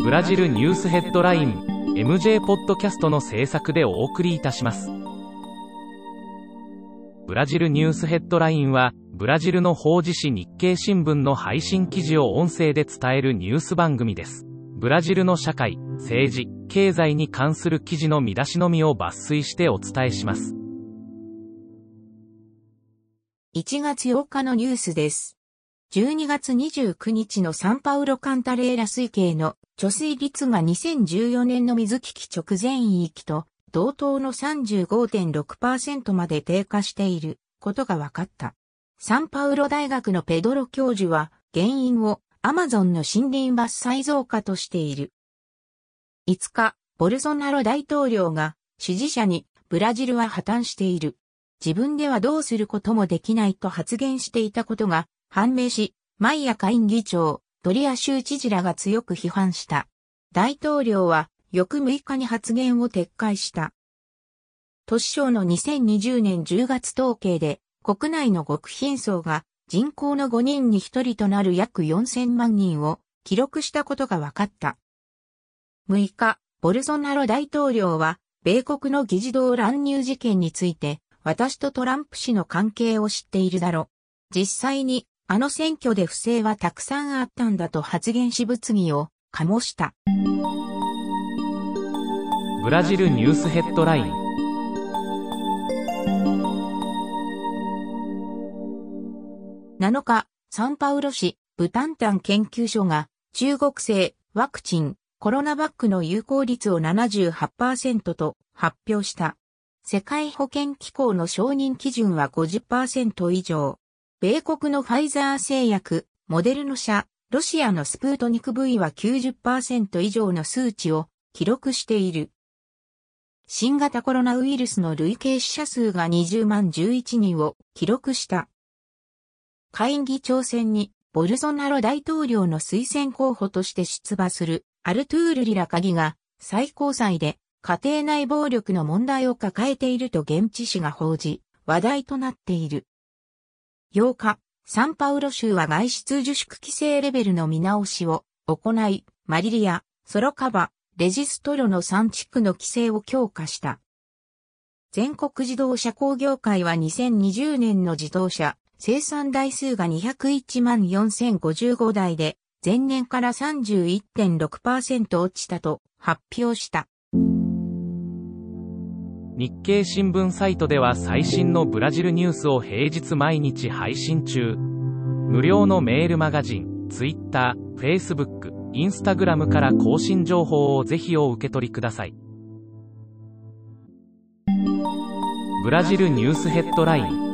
ブラジルニュースヘッドライン MJ ポッドキャストの制作でお送りいたします。ブラジルニュースヘッドラインはブラジルの法事紙日経新聞の配信記事を音声で伝えるニュース番組です。ブラジルの社会、政治、経済に関する記事の見出しのみを抜粋してお伝えします。 1月8日のニュースです。12月29日のサンパウロカンタレーラ水系の貯水率が2014年の水危機直前域と同等の 35.6% まで低下していることが分かった。サンパウロ大学のペドロ教授は原因をアマゾンの森林伐採増加としている。5日、ボルソナロ大統領が支持者にブラジルは破綻している。自分ではどうすることもできないと発言していたことが判明し、マイア下院議長、ドリア州知事らが強く批判した。大統領は翌6日に発言を撤回した。都市省の2020年10月統計で、国内の極貧層が人口の5人に1人となる約4000万人を記録したことが分かった。6日、ボルソナロ大統領は、米国の議事堂乱入事件について、私とトランプ氏の関係を知っているだろう。実際に、あの選挙で不正はたくさんあったんだと発言し物議を醸した。 ブラジルニュースヘッドライン。 7日、サンパウロ市ブタンタン研究所が中国製ワクチンコロナバッグの有効率を 78% と発表した。世界保健機構の承認基準は 50% 以上。米国のファイザー製薬、モデルナ社、ロシアのスプートニク V は 90% 以上の数値を記録している。新型コロナウイルスの累計死者数が20万11人を記録した。下院議長選にボルソナロ大統領の推薦候補として出馬するアルトゥール・リラカ議が最高裁で家庭内暴力の問題を抱えていると現地紙が報じ、話題となっている。8日、サンパウロ州は外出自粛規制レベルの見直しを行い、マリリア、ソロカバ、レジストロの3地区の規制を強化した。全国自動車工業会は2020年の自動車生産台数が201万4055台で、前年から 31.6% 落ちたと発表した。 日経新聞サイトでは最新のブラジルニュースを平日毎日配信中。無料のメールマガジン、Twitter、Facebook、Instagram から更新情報をぜひお受け取りください。ブラジルニュースヘッドライン。